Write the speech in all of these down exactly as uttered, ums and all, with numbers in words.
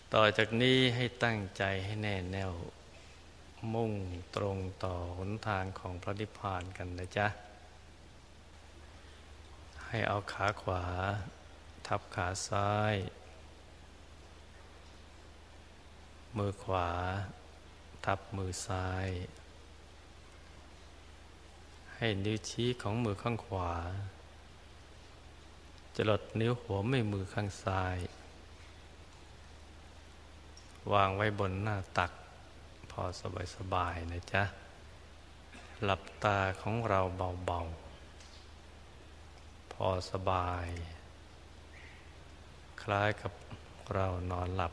ต่อจากนี้ให้ตั้งใจให้แน่แน่วมุ่งตรงต่อหนทางของพระนิพพานกันนะจ๊ะให้เอาขาขวาทับขาซ้ายมือขวาทับมือซ้ายให้นิ้วชี้ของมือข้างขวาจรดนิ้วหัวแม่มือข้างซ้ายวางไว้บนหน้าตักพอสบายๆนะจ๊ะหลับตาของเราเบาๆพอสบายคล้ายกับเรานอนหลับ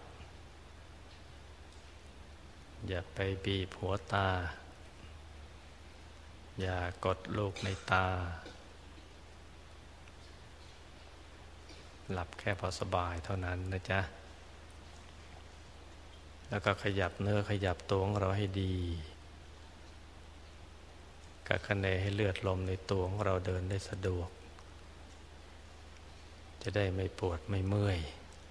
อย่าไปบีบหัวตาอย่ากดลูกในตาหลับแค่พอสบายเท่านั้นนะจ๊ะแล้วก็ขยับเนื้อขยับตัวของเราให้ดีกะคะเนให้เลือดลมในตัวของเราเดินได้สะดวกจะได้ไม่ปวดไม่เมื่อย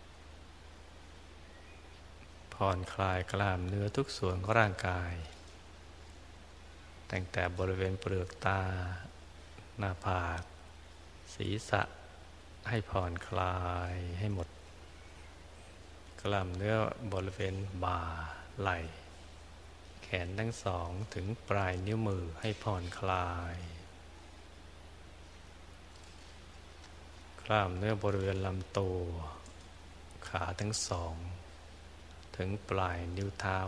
ผ่อนคลายกล้ามเนื้อทุกส่วนของร่างกายตั้งแต่บริเวณเปลือกตาหน้าผากศีรษะให้ผ่อนคลายให้หมดกล้ามเนื้อบริเวณบ่าไหล่แขนทั้งสองถึงปลายนิ้วมือให้ผ่อนคลายกล้ามเนื้อบริเวณลำตัวขาทั้งสองถึงปลายนิ้วเท้า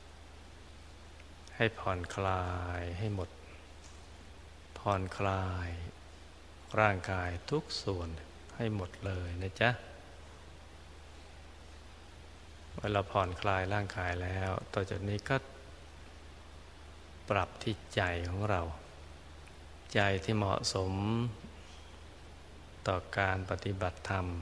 ให้ผ่อนคลายให้หมดผ่อนคลายร่างกายทุกส่วนให้หมดเลยนะจ๊ะเวลาผ่อนคลายร่างกายแล้วต่อจากนี้ก็ปรับที่ใจของเราใจที่เหมาะสมต่อการปฏิบัติธรรม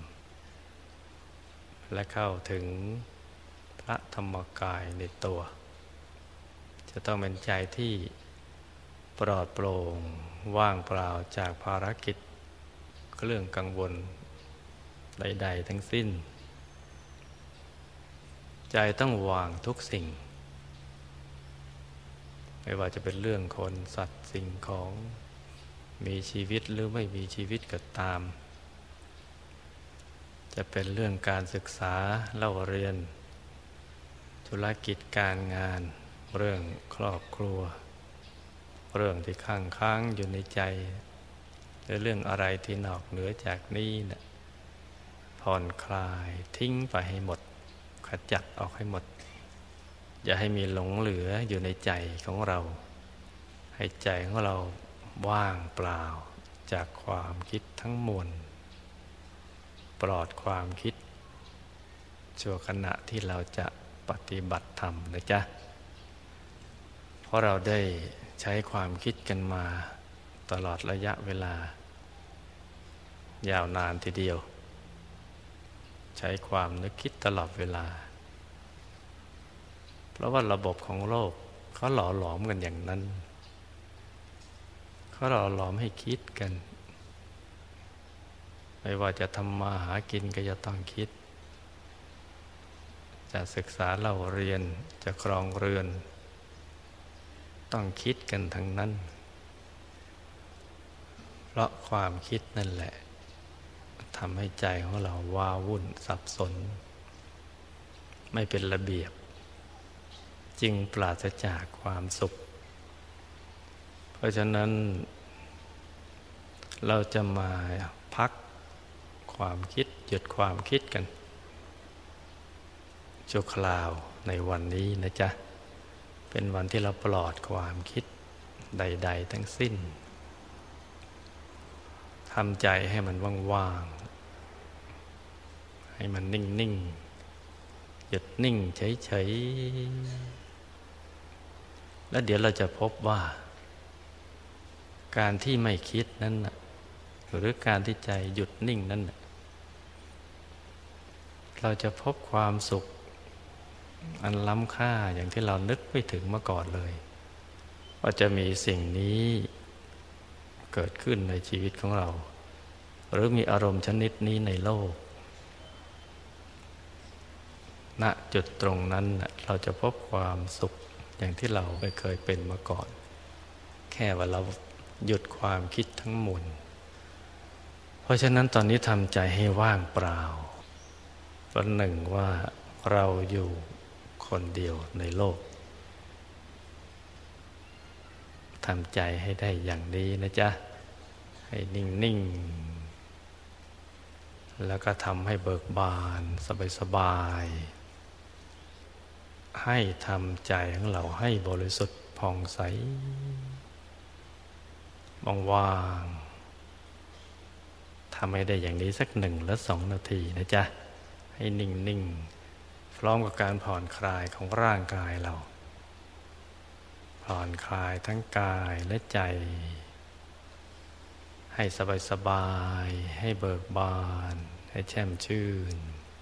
และเข้าถึงพระธรรมกายในตัวจะต้องเป็นใจที่ปลอดโปร่งว่างเปล่าจากภารกิจเรื่องกังวลใดๆทั้งสิ้นใจต้องวางทุกสิ่งไม่ว่าจะเป็นเรื่องคนสัตว์สิ่งของมีชีวิตหรือไม่มีชีวิตก็ตามจะเป็นเรื่องการศึกษาเล่าเรียนธุรกิจการงานเรื่องครอบครัวเรื่องที่ค้างค้างอยู่ในใจหรือเรื่องอะไรที่นอกเหนือจากนี้นะผ่อนคลายทิ้งไปให้หมดขจัดออกให้หมดอย่าให้มีหลงเหลืออยู่ในใจของเราให้ใจของเราว่างเปล่าจากความคิดทั้งมวลปลอดความคิดชั่วขณะที่เราจะปฏิบัติธรรมนะจ๊ะเพราะเราได้ใช้ความคิดกันมาตลอดระยะเวลายาวนานทีเดียวใช้ความนึกคิดตลอดเวลาเพราะว่าระบบของโลกเขาหล่อหลอมกันอย่างนั้นเขาหล่อหลอมให้คิดกันไม่ว่าจะทำมาหากินก็จะต้องคิดจะศึกษาเล่าเรียนจะครองเรือนต้องคิดกันทั้งนั้นเพราะความคิดนั่นแหละทำให้ใจของเราว้าวุ่นสับสนไม่เป็นระเบียบจึงปราศจากความสุขเพราะฉะนั้นเราจะมาพักความคิดหยุดความคิดกันชั่วคราวในวันนี้นะจ๊ะเป็นวันที่เราปลอดความคิดใดๆทั้งสิ้นทำใจให้มันว่างๆให้มันนิ่งๆหยุดนิ่งเฉยๆแล้วเดี๋ยวเราจะพบว่าการที่ไม่คิดนั้นน่ะหรือการที่ใจหยุดนิ่งนั้นน่ะเราจะพบความสุขอันล้ำค่าอย่างที่เรานึกไม่ถึงมาก่อนเลยว่าจะมีสิ่งนี้เกิดขึ้นในชีวิตของเราหรือมีอารมณ์ชนิดนี้ในโลกณจุดตรงนั้นเราจะพบความสุขอย่างที่เราไม่เคยเป็นมาก่อนแค่ว่าเราหยุดความคิดทั้งมวลเพราะฉะนั้นตอนนี้ทำใจให้ว่างเปล่าประหนึ่งว่าเราอยู่คนเดียวในโลกทำใจให้ได้อย่างนี้นะจ๊ะให้นิ่งๆแล้วก็ทำให้เบิกบานสบายๆให้ทำใจของเราให้บริสุทธิ์ผ่องใสว่างๆทำให้ได้อย่างนี้สักหนึ่งหรือสองนาทีนะจ๊ะให้นิ่งๆพร้อมกับการผ่อนคลายของร่างกายเราผ่อนคลายทั้งกายและใจให้สบายๆให้เบิกบานให้แช่มชื่น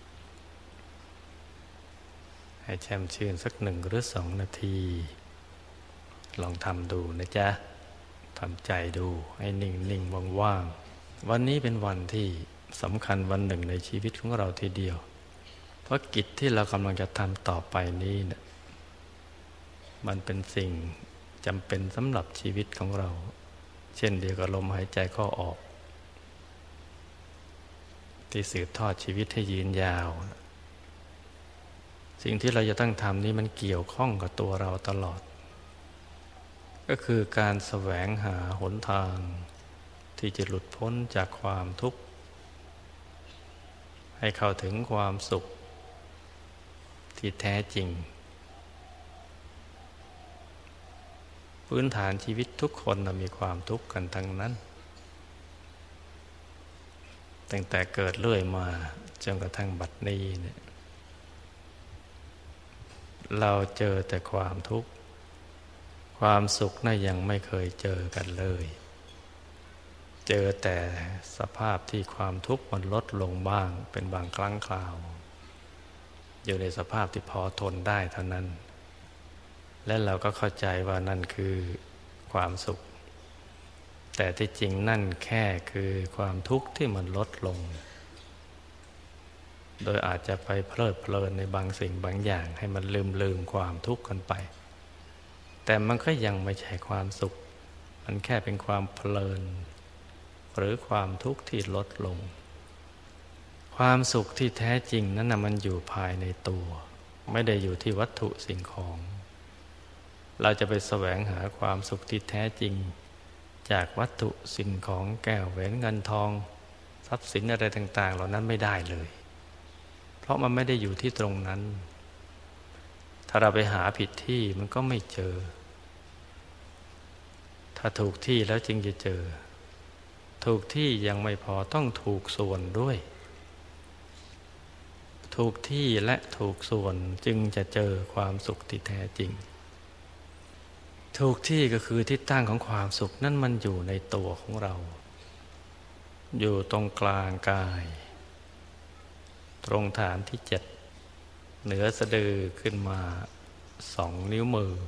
ให้แช่มชื่นสักหนึ่งหรือสองนาทีลองทำดูนะจ๊ะทำใจดูให้นิ่งๆว่างๆวันนี้เป็นวันที่สำคัญวันหนึ่งในชีวิตของเราทีเดียวเพราะกิจที่เรากำลังจะทำต่อไปนี้เนี่ยมันเป็นสิ่งจำเป็นสำหรับชีวิตของเราเช่นเดียวกับลมหายใจเข้าออกที่สืบทอดชีวิตให้ยืนยาวสิ่งที่เราจะต้องทำนี้มันเกี่ยวข้องกับตัวเราตลอดก็คือการแสวงหาหนทางที่จะหลุดพ้นจากความทุกข์ให้เข้าถึงความสุขที่แท้จริงพื้นฐานชีวิตทุกคนมีความทุกข์กันทั้งนั้นตั้งแต่เกิดเรื่อยมาจนกระทั่งบัดนี้เนี่ยเราเจอแต่ความทุกข์ความสุขน่ะยังไม่เคยเจอกันเลยเจอแต่สภาพที่ความทุกข์มันลดลงบ้างเป็นบางครั้งคราวอยู่ในสภาพที่พอทนได้เท่านั้นและเราก็เข้าใจว่านั่นคือความสุขแต่ที่จริงนั่นแค่คือความทุกข์ที่มันลดลงโดยอาจจะไปเพลิดเพลินในบางสิ่งบางอย่างให้มันลืมลืมความทุกข์กันไปแต่มันก็ยังไม่ใช่ความสุขมันแค่เป็นความเพลินหรือความทุกข์ที่ลดลงความสุขที่แท้จริงนั้นนะมันอยู่ภายในตัวไม่ได้อยู่ที่วัตถุสิ่งของเราจะไปแสวงหาความสุขที่แท้จริงจากวัตถุสิ่งของแก้วแหวนเงินทองทรัพย์สินอะไรต่างๆเหล่านั้นไม่ได้เลยเพราะมันไม่ได้อยู่ที่ตรงนั้นถ้าเราไปหาผิดที่มันก็ไม่เจอถ้าถูกที่แล้วจึงจะเจอถูกที่ยังไม่พอต้องถูกส่วนด้วยถูกที่และถูกส่วนจึงจะเจอความสุขที่แท้จริงถูกที่ก็คือที่ตั้งของความสุขนั่นมันอยู่ในตัวของเราอยู่ตรงกลางกายตรงฐานที่เจ็ดเหนือสะดือขึ้นมาสองนิ้วมือ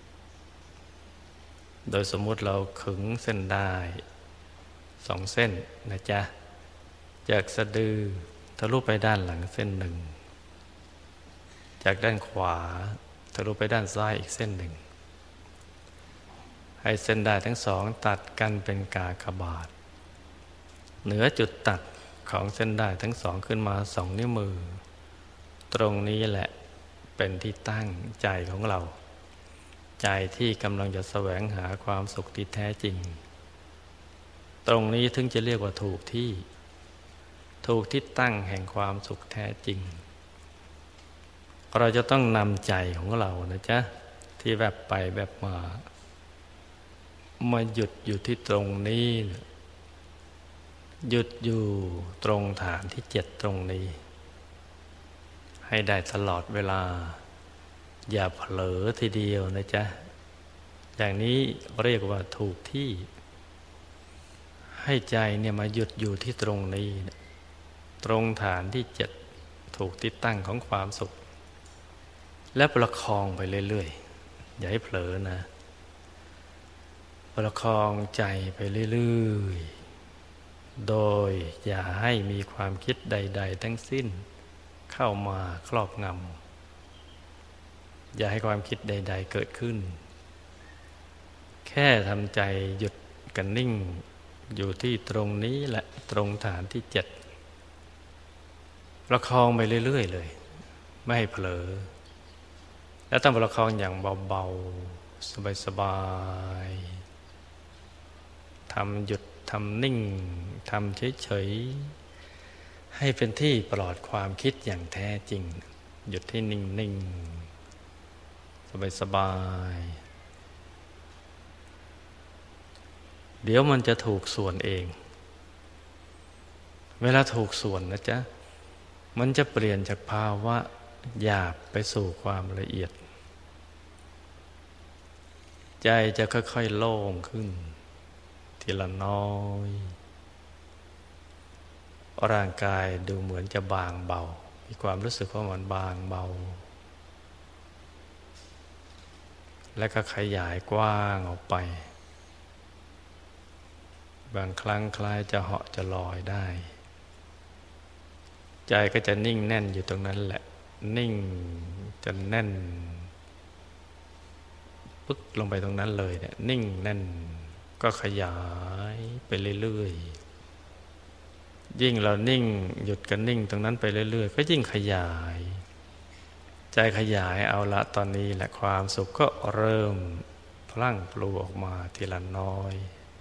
โดยสมมุติเราขึงเส้นได้สองเส้นนะจ๊ะจากสะดือทะลุไปด้านหลังเส้นหนึ่งจากด้านขวาทะลุไปด้านซ้ายอีกเส้นหนึ่งให้เส้นได้ทั้งสองตัดกันเป็นกากบาทเหนือจุดตัดของเส้นได้ทั้งสองขึ้นมาสองนิ้วมือตรงนี้แหละเป็นที่ตั้งใจของเราใจที่กำลังจะแสวงหาความสุขที่แท้จริงตรงนี้ถึงจะเรียกว่าถูกที่ถูกที่ตั้งแห่งความสุขแท้จริงเราจะต้องนำใจของเรานะจ๊ะที่แบบไปแบบมามาหยุดอยู่ที่ตรงนี้หยุดอยู่ตรงฐานที่เจ็ดตรงนี้ให้ได้ตลอดเวลาอย่าเผลอทีเดียวนะจ๊ะอย่างนี้เรียกว่าถูกที่ให้ใจเนี่ยมาหยุดอยู่ที่ตรงนี้ตรงฐานที่เจ็ดถูกที่ตั้งของความสุขและประคองไปเรื่อยๆอย่าให้เผลอนะประคองใจไปเรื่อยๆโดยอย่าให้มีความคิดใดๆทั้งสิ้นเข้ามาครอบงำอย่าให้ความคิดใดๆเกิดขึ้นแค่ทำใจหยุดกันนิ่งอยู่ที่ตรงนี้แหละตรงฐานที่เจ็ดประคองไปเรื่อยๆเลยไม่ให้เผลอแล้วต้องประคองอย่างเบาๆสบายๆทำหยุดทำนิ่งทำเฉยๆให้เป็นที่ปลอดความคิดอย่างแท้จริงหยุดที่นิ่งๆสบายๆเดี๋ยวมันจะถูกส่วนเองเวลาถูกส่วนนะจ๊ะมันจะเปลี่ยนจากภาวะหยาบไปสู่ความละเอียดใจจะค่อยๆโล่งขึ้นทีละน้อยร่างกายดูเหมือนจะบางเบามีความรู้สึกว่ามันบางเบาและก็ขยายกว้างออกไปบางครั้งคล้ายจะเหาะจะลอยได้ใจก็จะนิ่งแน่นอยู่ตรงนั้นแหละนิ่งจนแน่นปึ๊กลงไปตรงนั้นเลยเนี่ยนิ่งแน่นก็ขยายไปเรื่อยๆยิ่งเรานิ่งหยุดกันนิ่งตรงนั้นไปเรื่อยๆก็ยิ่งขยายใจขยายเอาละตอนนี้แหละความสุขก็เริ่มพลั่งพลูออกมาทีละน้อย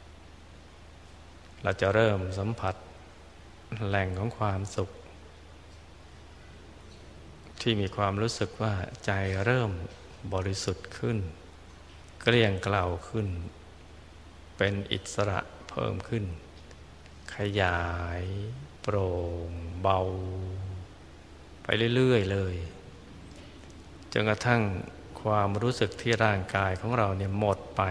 เราจะเริ่มสัมผัสแหล่งของความสุขที่มีความรู้สึกว่าใจเริ่มบริสุทธิ์ขึ้นเกลี้ยงเกลาขึ้นเป็นอิสระเพิ่มขึ้นขยายโปร่งเบาไปเรื่อยๆเลยจนกระทั่งความรู้สึกที่ร่างกายของเราเนี่ยหมดไป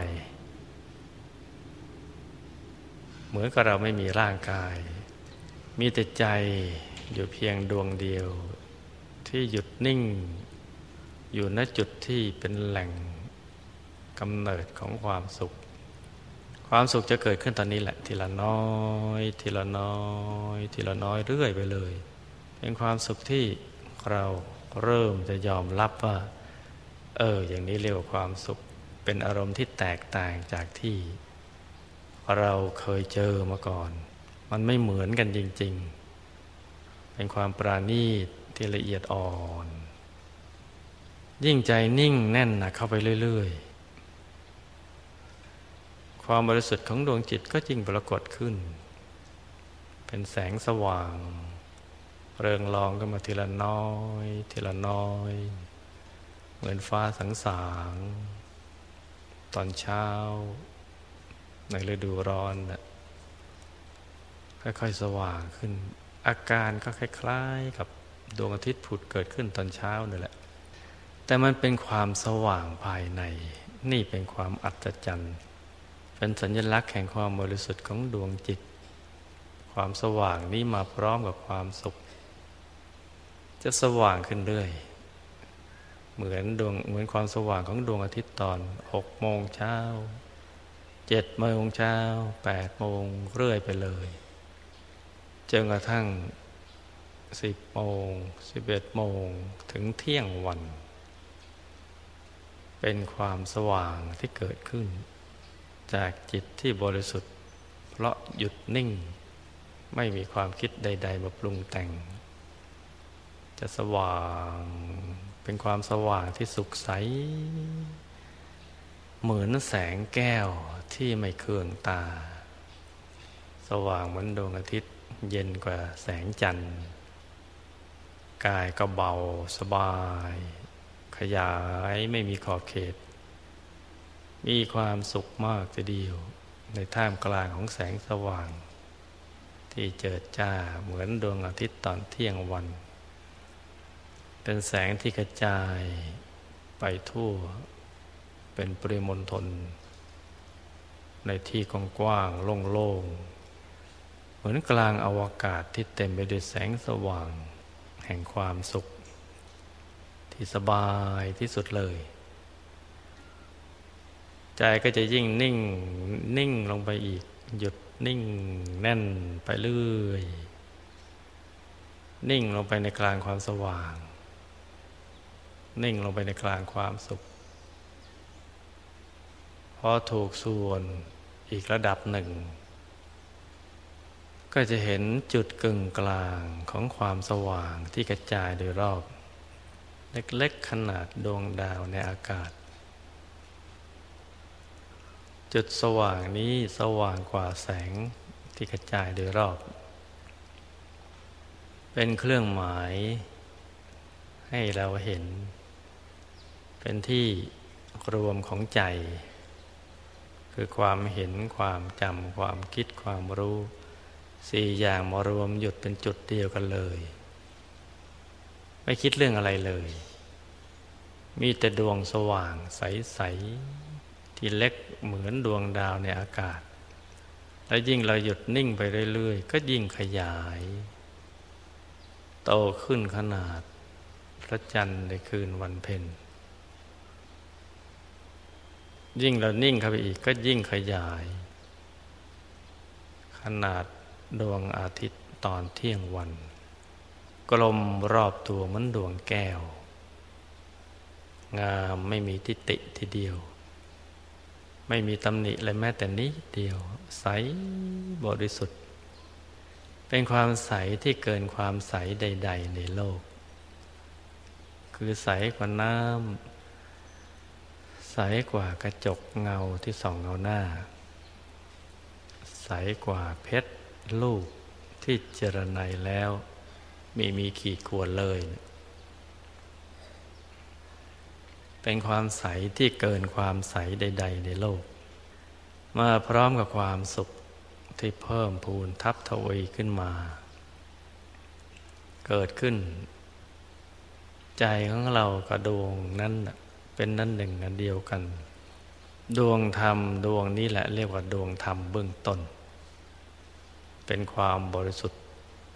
เหมือนกับเราไม่มีร่างกายมีแต่ใจอยู่เพียงดวงเดียวที่หยุดนิ่งอยู่ณจุดที่เป็นแหล่งกำเนิดของความสุขความสุขจะเกิดขึ้นตอนนี้แหละทีละน้อยทีละน้อยทีละน้อยเรื่อยไปเลยเป็นความสุขที่เราเริ่มจะยอมรับว่าเอออย่างนี้เรียกว่าความสุขเป็นอารมณ์ที่แตกต่างจากที่เราเคยเจอมาก่อนมันไม่เหมือนกันจริงๆเป็นความปราณีตที่ละเอียดอ่อนยิ่งใจนิ่งแน่นหนักเข้าไปเรื่อยๆความบริสุทธิ์ของดวงจิตก็ยิ่งปรากฏขึ้นเป็นแสงสว่างเริงรองขึ้นมาทีละน้อยทีละน้อยเหมือนฟ้าสางๆตอนเช้าในฤดูร้อนน่ะค่อยๆสว่างขึ้นอาการก็คล้ายๆกับดวงอาทิตย์ผุดเกิดขึ้นตอนเช้านั่นแหละแต่มันเป็นความสว่างภายในนี่เป็นความอัศจรรย์เป็นสัญลักษณ์แห่งความบริสุทธิ์ของดวงจิตความสว่างนี้มาพร้อมกับความสุขจะสว่างขึ้นเรื่อยเหมือนดวงเหมือนความสว่างของดวงอาทิตย์ตอนหกโมงเช้าเจ็ดโมงเช้าแปดโมงเรื่อยไปเลยจนกระทั่งสิบโมงสิบเอ็ดโมงถึงเที่ยงวันเป็นความสว่างที่เกิดขึ้นจากจิตที่บริสุทธิ์เพราะหยุดนิ่งไม่มีความคิดใดๆมาปรุงแต่งจะสว่างเป็นความสว่างที่สุขใสเหมือนแสงแก้วที่ไม่เคืองตาสว่างเหมือนดวงอาทิตย์เย็นกว่าแสงจันทร์กายก็เบาสบายขยายไม่มีขอบเขตมีความสุขมากทีเดียวในท่ามกลางของแสงสว่างที่เจิดจ้าเหมือนดวงอาทิตย์ตอนเที่ยงวันเป็นแสงที่กระจายไปทั่วเป็นปริมณฑลในที่กว้างๆโล่งๆเหมือนกลางอวกาศที่เต็มไปด้วยแสงสว่างแห่งความสุขที่สบายที่สุดเลยใจก็จะยิ่งนิ่งนิ่งลงไปอีกหยุดนิ่งแน่นไปเรื่อยนิ่งลงไปในกลางความสว่างนิ่งลงไปในกลางความสุขพอถูกส่วนอีกระดับหนึ่งก็จะเห็นจุดกึ่งกลางของความสว่างที่กระจายโดยรอบเล็กๆขนาดดวงดาวในอากาศจุดสว่างนี้สว่างกว่าแสงที่กระจายโดยรอบเป็นเครื่องหมายให้เราเห็นเป็นที่รวมของใจคือความเห็นความจำความคิดความรู้สี่อย่างมารวมหยุดเป็นจุดเดียวกันเลยไม่คิดเรื่องอะไรเลยมีแต่ดวงสว่างใสๆที่เล็กเหมือนดวงดาวในอากาศและยิ่งเราหยุดนิ่งไปเรื่อยๆก็ยิ่งขยายโตขึ้นขนาดพระจันทร์ในคืนวันเพ็ญยิ่งเรานิ่งเข้าไปอีกก็ยิ่งขยายขนาดดวงอาทิตย์ตอนเที่ยงวันกลมรอบตัวเหมือนดวงแก้วงามไม่มีทิฏฐิทีเดียวไม่มีตำหนิเลยแม้แต่นิดเดียวใสบริสุทธิ์เป็นความใสที่เกินความใสใดๆในโลกคือใสกว่าน้ำใสกว่ากระจกเงาที่ส่องเงาหน้าใสกว่าเพชรลูกที่เจรไนแล้วไม่มีขีดข่วนเลยเป็นความใสที่เกินความใสใดๆในโลกมาพร้อมกับความสุขที่เพิ่มพูนทับทวีขึ้นมาเกิดขึ้นใจของเรากับดวงนั้นเป็นนั่นหนึ่งอันเดียวกันดวงธรรมดวงนี้แหละเรียกว่าดวงธรรมเบื้องต้นเป็นความบริสุทธิ์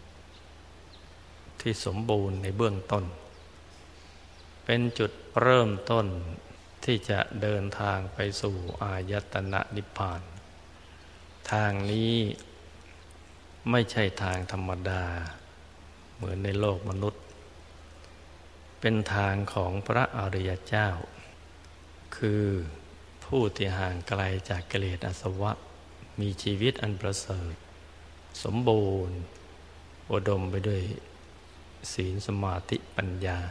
ที่สมบูรณ์ในเบื้องต้นเป็นจุดเริ่มต้นที่จะเดินทางไปสู่อายตนะนิพพานทางนี้ไม่ใช่ทางธรรมดาเหมือนในโลกมนุษย์เป็นทางของพระอริยเจ้าคือผู้ที่ห่างไกลจากกิเลสอาสวะมีชีวิตอันประเสริฐสมบูรณ์อุดมไปด้วยศีลสมาธิปัญญา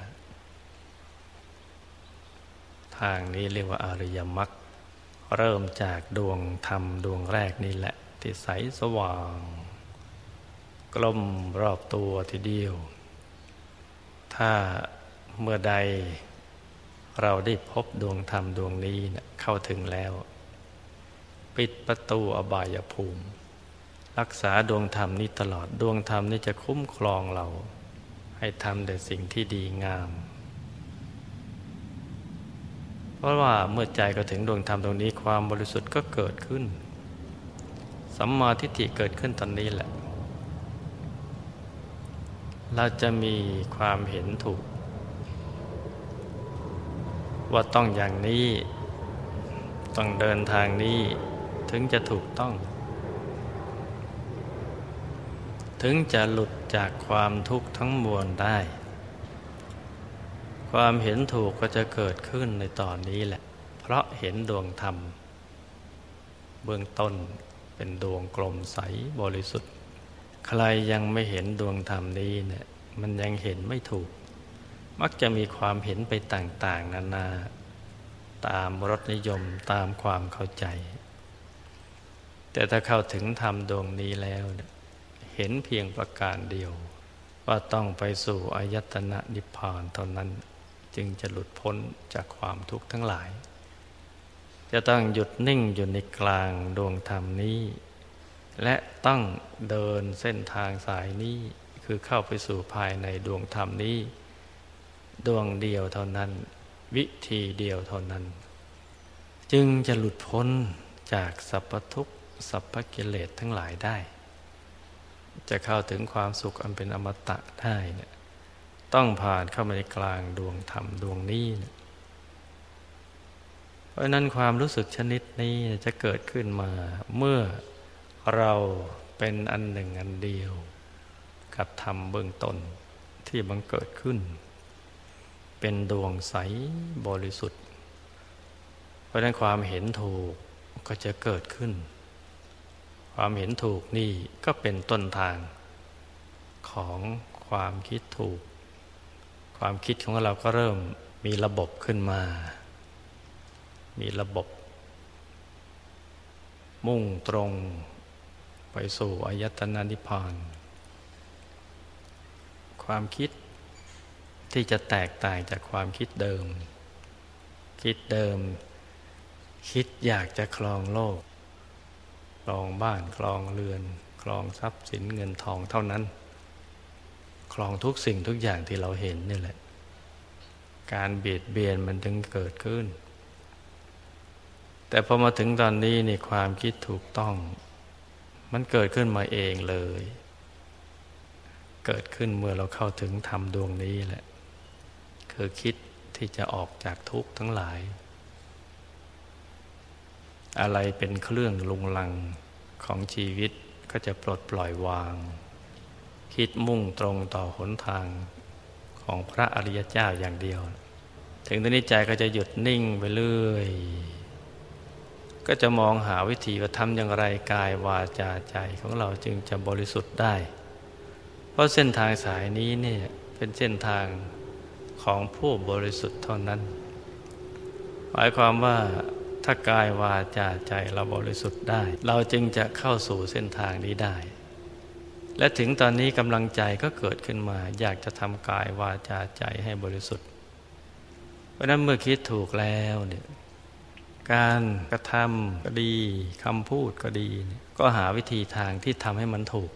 ทางนี้เรียกว่าอริยมรรคเริ่มจากดวงธรรมดวงแรกนี่แหละที่ใสสว่างกลมรอบตัวทีเดียวถ้าเมื่อใดเราได้พบดวงธรรมดวงนี้นะเข้าถึงแล้วปิดประตูอบายภูมิรักษาดวงธรรมนี้ตลอดดวงธรรมนี้จะคุ้มครองเราให้ทำแต่สิ่งที่ดีงามเพราะว่าเมื่อใจก็ถึงดวงธรรมตรงนี้ความบริสุทธิ์ก็เกิดขึ้นสัมมาทิฏฐิเกิดขึ้นตอนนี้แหละเราจะมีความเห็นถูกว่าต้องอย่างนี้ต้องเดินทางนี้ถึงจะถูกต้องถึงจะหลุดจากความทุกข์ทั้งมวลได้ความเห็นถูกก็จะเกิดขึ้นในตอนนี้แหละเพราะเห็นดวงธรรมเบื้องต้นเป็นดวงกลมใสบริสุทธิ์ใครยังไม่เห็นดวงธรรมนี้เนี่ยมันยังเห็นไม่ถูกมักจะมีความเห็นไปต่างๆนานาตามรสนิยมตามความเข้าใจแต่ถ้าเข้าถึงธรรมดวงนี้แล้วเห็นเพียงประการเดียวว่าต้องไปสู่อายตนะนิพพานเท่านั้นจึงจะหลุดพ้นจากความทุกข์ทั้งหลายจะต้องหยุดนิ่งอยู่ในกลางดวงธรรมนี้และต้องเดินเส้นทางสายนี้คือเข้าไปสู่ภายในดวงธรรมนี้ดวงเดียวเท่านั้นวิธีเดียวเท่านั้นจึงจะหลุดพ้นจากสรรพทุกข์สรรพกิเลสทั้งหลายได้จะเข้าถึงความสุขอันเป็นอมตะได้เนี่ยต้องผ่านเข้ามาในกลางดวงธรรมดวงนี้เนี่ยเพราะนั้นความรู้สึกชนิดนี้จะเกิดขึ้นมาเมื่อเราเป็นอันหนึ่งอันเดียวกับธรรมเบื้องต้นที่บังเกิดขึ้นเป็นดวงใสบริสุทธิ์เพราะฉะนั้นความเห็นถูกก็จะเกิดขึ้นความเห็นถูกนี่ก็เป็นต้นทางของความคิดถูกความคิดของเราก็เริ่มมีระบบขึ้นมามีระบบมุ่งตรงไปสู่อายตนะนิพพานความคิดที่จะแตกต่างจากความคิดเดิมคิดเดิมคิดอยากจะครองโลกครองบ้านครองเรือนครองทรัพย์สินเงินทองเท่านั้นครองทุกสิ่งทุกอย่างที่เราเห็นนี่แหละการเบียดเบียนมันถึงเกิดขึ้นแต่พอมาถึงตอนนี้นี่ความคิดถูกต้องมันเกิดขึ้นมาเองเลยเกิดขึ้นเมื่อเราเข้าถึงธรรมดวงนี้แหละคือคิดที่จะออกจากทุกข์ทั้งหลายอะไรเป็นเครื่องลุงลังของชีวิตก็จะปลดปล่อยวางคิดมุ่งตรงต่อหนทางของพระอริยเจ้าอย่างเดียวถึงตอนนี้ใจก็จะหยุดนิ่งไปเรื่อยก็จะมองหาวิธีว่าทำอย่างไรกายวาจาใจของเราจึงจะบริสุทธิ์ได้เพราะเส้นทางสายนี้เนี่ยเป็นเส้นทางของผู้บริสุทธิ์เท่านั้นหมายความว่าถ้ากายวาจาใจเราบริสุทธิ์ได้เราจึงจะเข้าสู่เส้นทางนี้ได้และถึงตอนนี้กำลังใจก็เกิดขึ้นมาอยากจะทำกายวาจาใจให้บริสุทธิ์เพราะนั้นเมื่อคิดถูกแล้วเนี่ยการกระทำก็ดีคำพูดก็ดีก็หาวิธีทางที่ทำให้มันถูก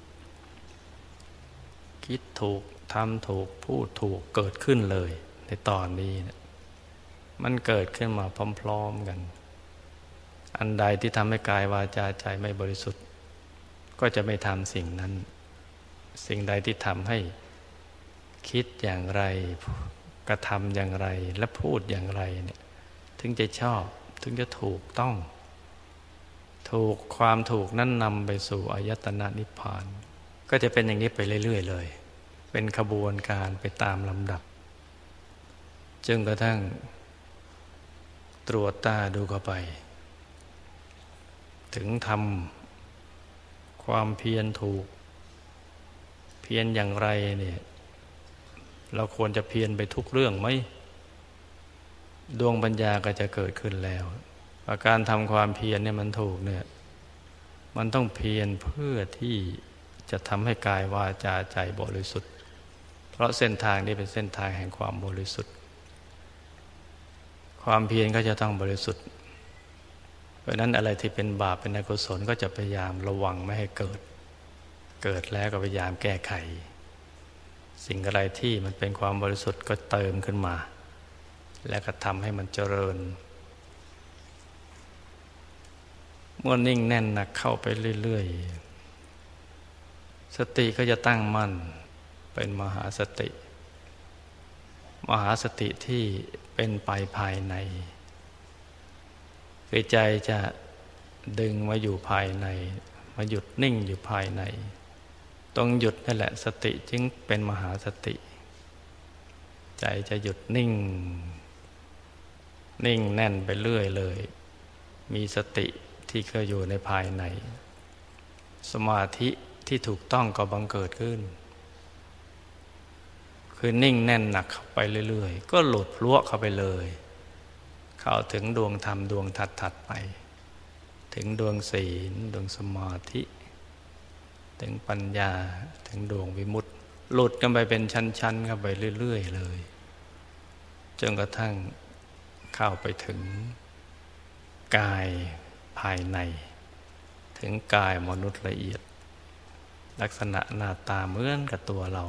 คิดถูกทำถูกพูดถูกเกิดขึ้นเลยในตอนนี้เนี่ยมันเกิดขึ้นมาพร้อมๆกันอันใดที่ทำให้กายวาจาใจไม่บริสุทธิ์ก็จะไม่ทำสิ่งนั้นสิ่งใดที่ทำให้คิดอย่างไรกระทำอย่างไรและพูดอย่างไรเนี่ยถึงจะชอบถึงจะถูกต้องถูกความถูกนั้นนำไปสู่อายตนะนิพพานก็จะเป็นอย่างนี้ไปเรื่อยๆเลยเป็นขบวนการไปตามลำดับจนกระทั่งตรวจตาดูเข้าไปถึงทำความเพียรถูกเพียรอย่างไรเนี่ยเราควรจะเพียรไปทุกเรื่องไหมดวงปัญญาก็จะเกิดขึ้นแล้วว่าการทำความเพียรเนี่ยมันถูกเนี่ยมันต้องเพียรเพื่อที่จะทำให้กายวาจาใจบริสุทธิ์เพราะเส้นทางนี้เป็นเส้นทางแห่งความบริสุทธิ์ความเพียรก็จะต้องบริสุทธิ์เพราะนั้นอะไรที่เป็นบาปเป็นอกุศลก็จะพยายามระวังไม่ให้เกิดเกิดแล้วก็พยายามแก้ไขสิ่งอะไรที่มันเป็นความบริสุทธิ์ก็เติมขึ้นมาและก็ทำให้มันเจริญเมื่อนิ่งแน่นหนักเข้าไปเรื่อยๆสติก็จะตั้งมั่นเป็นมหาสติมหาสติที่เป็นไปภายในคือใจจะดึงมาอยู่ภายในมาหยุดนิ่งอยู่ภายในตรงหยุดนั่นแหละสติจึงเป็นมหาสติใจจะหยุดนิ่งนิ่งแน่นไปเรื่อยเลยมีสติที่เคยอยู่ในภายในสมาธิที่ถูกต้องก็บังเกิดขึ้นคือนิ่งแน่นหนักเข้าไปเรื่อยๆก็หลุดพลวกเข้าไปเลยเข้าถึงดวงธรรมดวงถัดๆไปถึงดวงศีลดวงสมาธิถึงปัญญาถึงดวงวิมุตติหลุดกันไปเป็นชั้นๆเข้าไปเรื่อยๆเลยจนกระทั่งเข้าไปถึงกายภายในถึงกายมนุษย์ละเอียดลักษณะหน้าตาเหมือนกับตัวเรา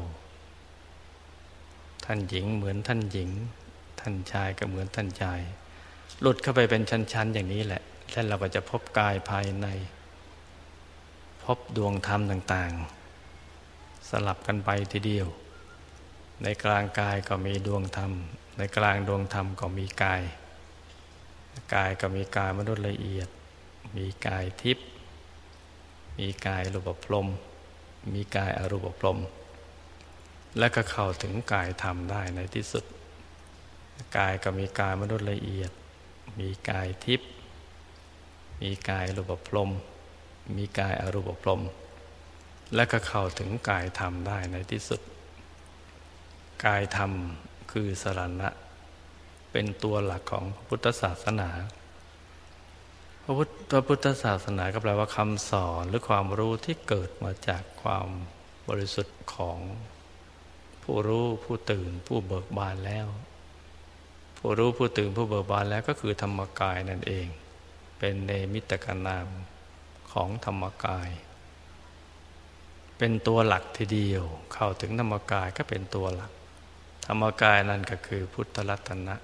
ท่านหญิงเหมือนท่านหญิงท่านชายก็เหมือนท่านชายหลุดเข้าไปเป็นชั้นๆอย่างนี้แหละแล้วเราก็จะพบกายภายในพบดวงธรรมต่างๆสลับกันไปทีเดียวในกลางกายก็มีดวงธรรมในกลางดวงธรรมก็มีกายกายก็มีกายมนุษย์ละเอียดมีกายทิพย์มีกายรูปพรหมมีกายอรูปพรหมและก็เข้าถึงกายธรรมได้ในที่สุดกายก็มีกายมนุษย์ละเอียดมีกายทิพย์มีกายรูปพรหมมีกายอรูปพรหมและก็เข้าถึงกายธรรมได้ในที่สุดกายธรรมคือสรณะเป็นตัวหลักของพระพุทธศาสนาพระพุทธพระพุทธศาสนาก็แปลว่าคำสอนหรือความรู้ที่เกิดมาจากความบริสุทธิ์ของผู้รู้ผู้ตื่นผู้เบิกบานแล้วผู้รู้ผู้ตื่นผู้เบิกบานแล้วก็คือธรรมกายนั่นเองเป็นเนมิตกนามของธรรมกายเป็นตัวหลักทีเดียวเข้าถึงธรรมกายก็เป็นตัวหลักธรรมกายนั่นก็คือพุทธรัตนะ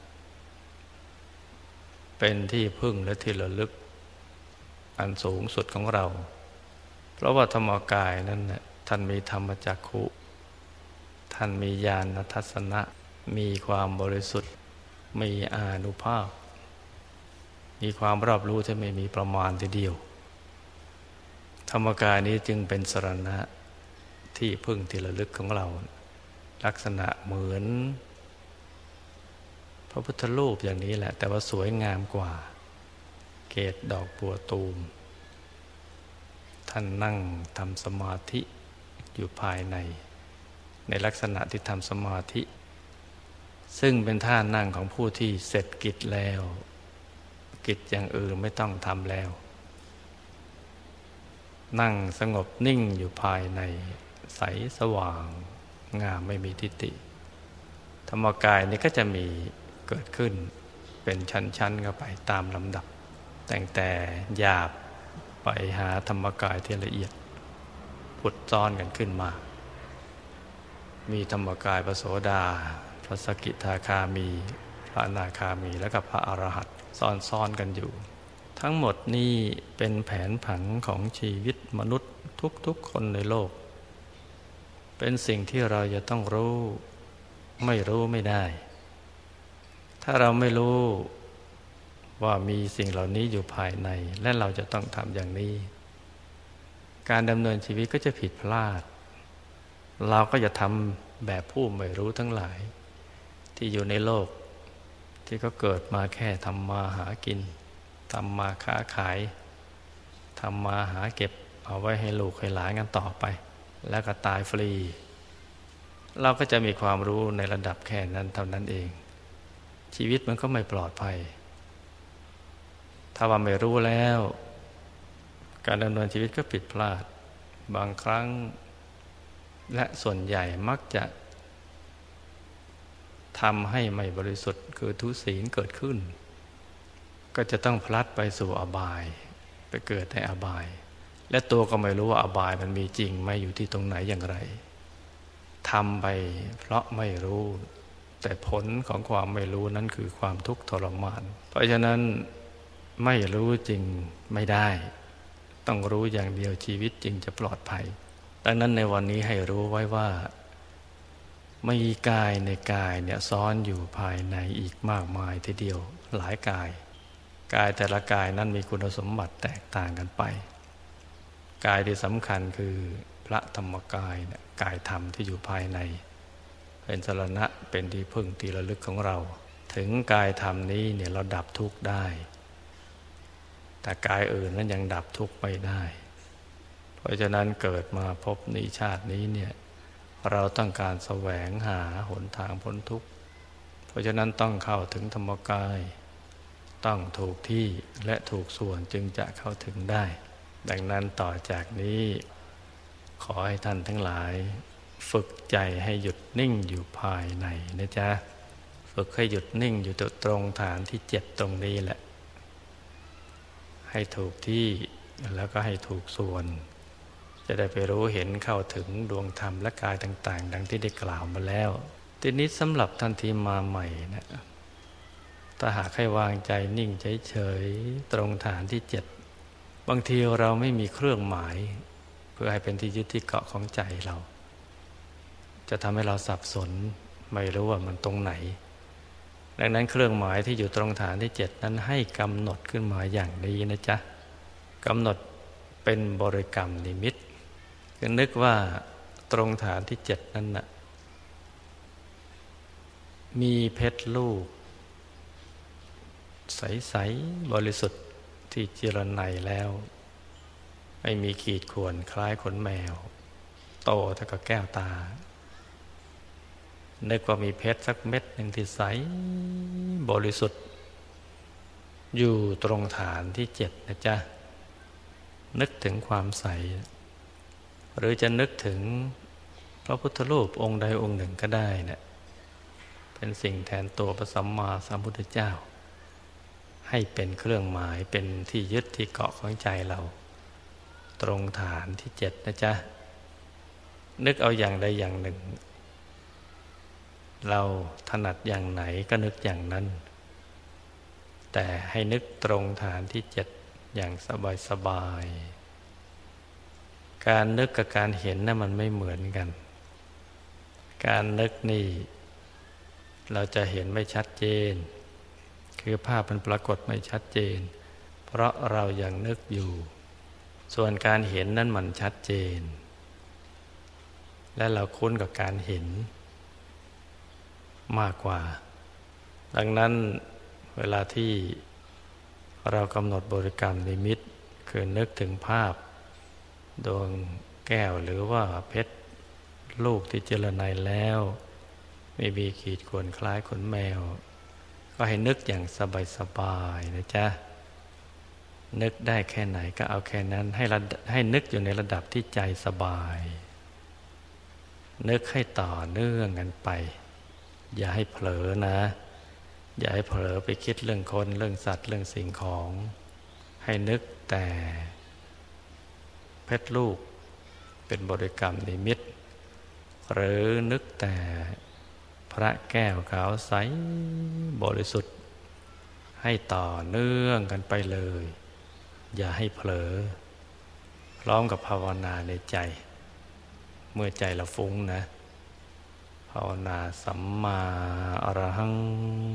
เป็นที่พึ่งและที่ระลึกอันสูงสุดของเราเพราะว่าธรรมกายนั้นน่ะท่านมีธรรมจักขุท่านมีญาณทัศนะมีความบริสุทธิ์มีอานุภาพมีความรอบรู้ที่ไม่มีประมาณทีเดียวธรรมกายนี้จึงเป็นสรณะที่พึ่งที่ระลึกของเราลักษณะเหมือนพระพุทธรูปอย่างนี้แหละแต่ว่าสวยงามกว่าเกศดอกบัวตูมท่านนั่งทำสมาธิอยู่ภายในในลักษณะที่ทำสมาธิซึ่งเป็นท่านั่งของผู้ที่เสร็จกิจแล้วกิจอย่างอื่นไม่ต้องทำแล้วนั่งสงบนิ่งอยู่ภายในใสสว่างงามไม่มีทิฏฐิธรรมกายนี้ก็จะมีเกิดขึ้นเป็นชั้นๆเข้าไปตามลำดับตั้งแต่หยาบไปหาธรรมกายที่ละเอียดพุดซ้อนกันขึ้นมามีธรรมกายพระโสดาพระสกิทาคามีพระอนาคามีและก็พระอรหันต์ซ้อนๆกันอยู่ทั้งหมดนี้เป็นแผนผังของชีวิตมนุษย์ทุกๆคนในโลกเป็นสิ่งที่เราจะต้องรู้ไม่รู้ไม่ได้ถ้าเราไม่รู้ว่ามีสิ่งเหล่านี้อยู่ภายในและเราจะต้องทำอย่างนี้การดำเนินชีวิตก็จะผิดพลาดเราก็จะทำแบบผู้ไม่รู้ทั้งหลายที่อยู่ในโลกที่เขาเกิดมาแค่ทำมาหากินทำมาค้าขายทำมาหาเก็บเอาไว้ให้ลูกให้หลานกันต่อไปแล้วก็ตายฟรีเราก็จะมีความรู้ในระดับแค่นั้นเท่านั้นเองชีวิตมันก็ไม่ปลอดภัยถ้าว่าไม่รู้แล้วการดำเนินชีวิตก็ผิดพลาดบางครั้งและส่วนใหญ่มักจะทำให้ไม่บริสุทธิ์คือทุศีลเกิดขึ้นก็จะต้องพลัดไปสู่อบายไปเกิดในอบายและตัวก็ไม่รู้ว่าอบายมันมีจริงไม่อยู่ที่ตรงไหนอย่างไรทำไปเพราะไม่รู้แต่ผลของความไม่รู้นั้นคือความทุกข์ทรมานเพราะฉะนั้นไม่รู้จริงไม่ได้ต้องรู้อย่างเดียวชีวิตจริงจะปลอดภัยดังนั้นในวันนี้ให้รู้ไว้ว่ามีกายในกายเนี่ยซ้อนอยู่ภายในอีกมากมายทีเดียวหลายกายกายแต่ละกายนั้นมีคุณสมบัติแตกต่างกันไปกายที่สำคัญคือพระธรรมกายเนี่ยกายธรรมที่อยู่ภายในเป็นสรณะเป็นที่พึ่งที่ระลึกของเราถึงกายธรรมนี้เนี่ยเราดับทุกข์ได้แต่กายอื่นนั้นยังดับทุกข์ไม่ได้เพราะฉะนั้นเกิดมาพบนี้ชาตินี้เนี่ยเราต้องการแสวงหาหนทางพ้นทุกข์เพราะฉะนั้นต้องเข้าถึงธรรมกายต้องถูกที่และถูกส่วนจึงจะเข้าถึงได้ดังนั้นต่อจากนี้ขอให้ท่านทั้งหลายฝึกใจให้หยุดนิ่งอยู่ภายในนะจ๊ะฝึกให้หยุดนิ่งอยู่ตรงฐานที่เจ็ดตรงนี้แหละให้ถูกที่แล้วก็ให้ถูกส่วนจะได้ไปรู้เห็นเข้าถึงดวงธรรมและกายต่างๆดังที่ได้กล่าวมาแล้วทีนี้สำหรับท่านที่มาใหม่นะถ้าหากให้วางใจนิ่งเฉยๆตรงฐานที่เจ็ดบางทีเราไม่มีเครื่องหมายเพื่อให้เป็นที่ยึดที่เกาะของใจเราจะทำให้เราสับสนไม่รู้ว่ามันตรงไหนดังนั้นเครื่องหมายที่อยู่ตรงฐานที่เจ็ดนั้นให้กำหนดขึ้นมาอย่างนี้นะจ๊ะกำหนดเป็นบริกรรมนิมิตคือนึกว่าตรงฐานที่เจ็ดนั้นน่ะมีเพชรลูกใสๆบริสุทธิ์ที่เจรไนแล้วไม่มีขีดข่วนคล้ายขนแมวโตเท่ากับแก้วตานึกว่ามีเพชรสักเม็ดหนึ่งที่ใสบริสุทธิ์อยู่ตรงฐานที่เจ็ดนะจ๊ะนึกถึงความใสหรือจะนึกถึงพระพุทธรูปองค์ใดองค์หนึ่งก็ได้นะเป็นสิ่งแทนตัวพระสัมมาสัมพุทธเจ้าให้เป็นเครื่องหมายเป็นที่ยึดที่เกาะของใจเราตรงฐานที่เจ็ดนะจ๊ะนึกเอาอย่างใดอย่างหนึ่งเราถนัดอย่างไหนก็นึกอย่างนั้นแต่ให้นึกตรงฐานที่เจ็ดอย่างสบายๆการนึกกับการเห็นน่ะมันไม่เหมือนกันการนึกนี่เราจะเห็นไม่ชัดเจนคือภาพมันปรากฏไม่ชัดเจนเพราะเรายังนึกอยู่ส่วนการเห็นนั้นมันชัดเจนและเราคุ้นกับการเห็นมากกว่าดังนั้นเวลาที่เรากำหนดบริกรรมนิมิตคือนึกถึงภาพดวงแก้วหรือว่าเพชรลูกที่เจรไนแล้วไม่มีขีดข่วนคล้ายขนแมวก็ให้นึกอย่างสบายๆนะจ๊ะนึกได้แค่ไหนก็เอาแค่นั้นให้ให้นึกอยู่ในระดับที่ใจสบายนึกให้ต่อเนื่องกันไปอย่าให้เผลอนะอย่าให้เผลอไปคิดเรื่องคนเรื่องสัตว์เรื่องสิ่งของให้นึกแต่เพชรลูกเป็นบริกรรมนิมิตหรือนึกแต่พระแก้วขาวใสบริสุทธิ์ให้ต่อเนื่องกันไปเลยอย่าให้เผลอพร้อมกับภาวนาในใจเมื่อใจเราฟุ้งนะภาวนาสัมมาอรหัง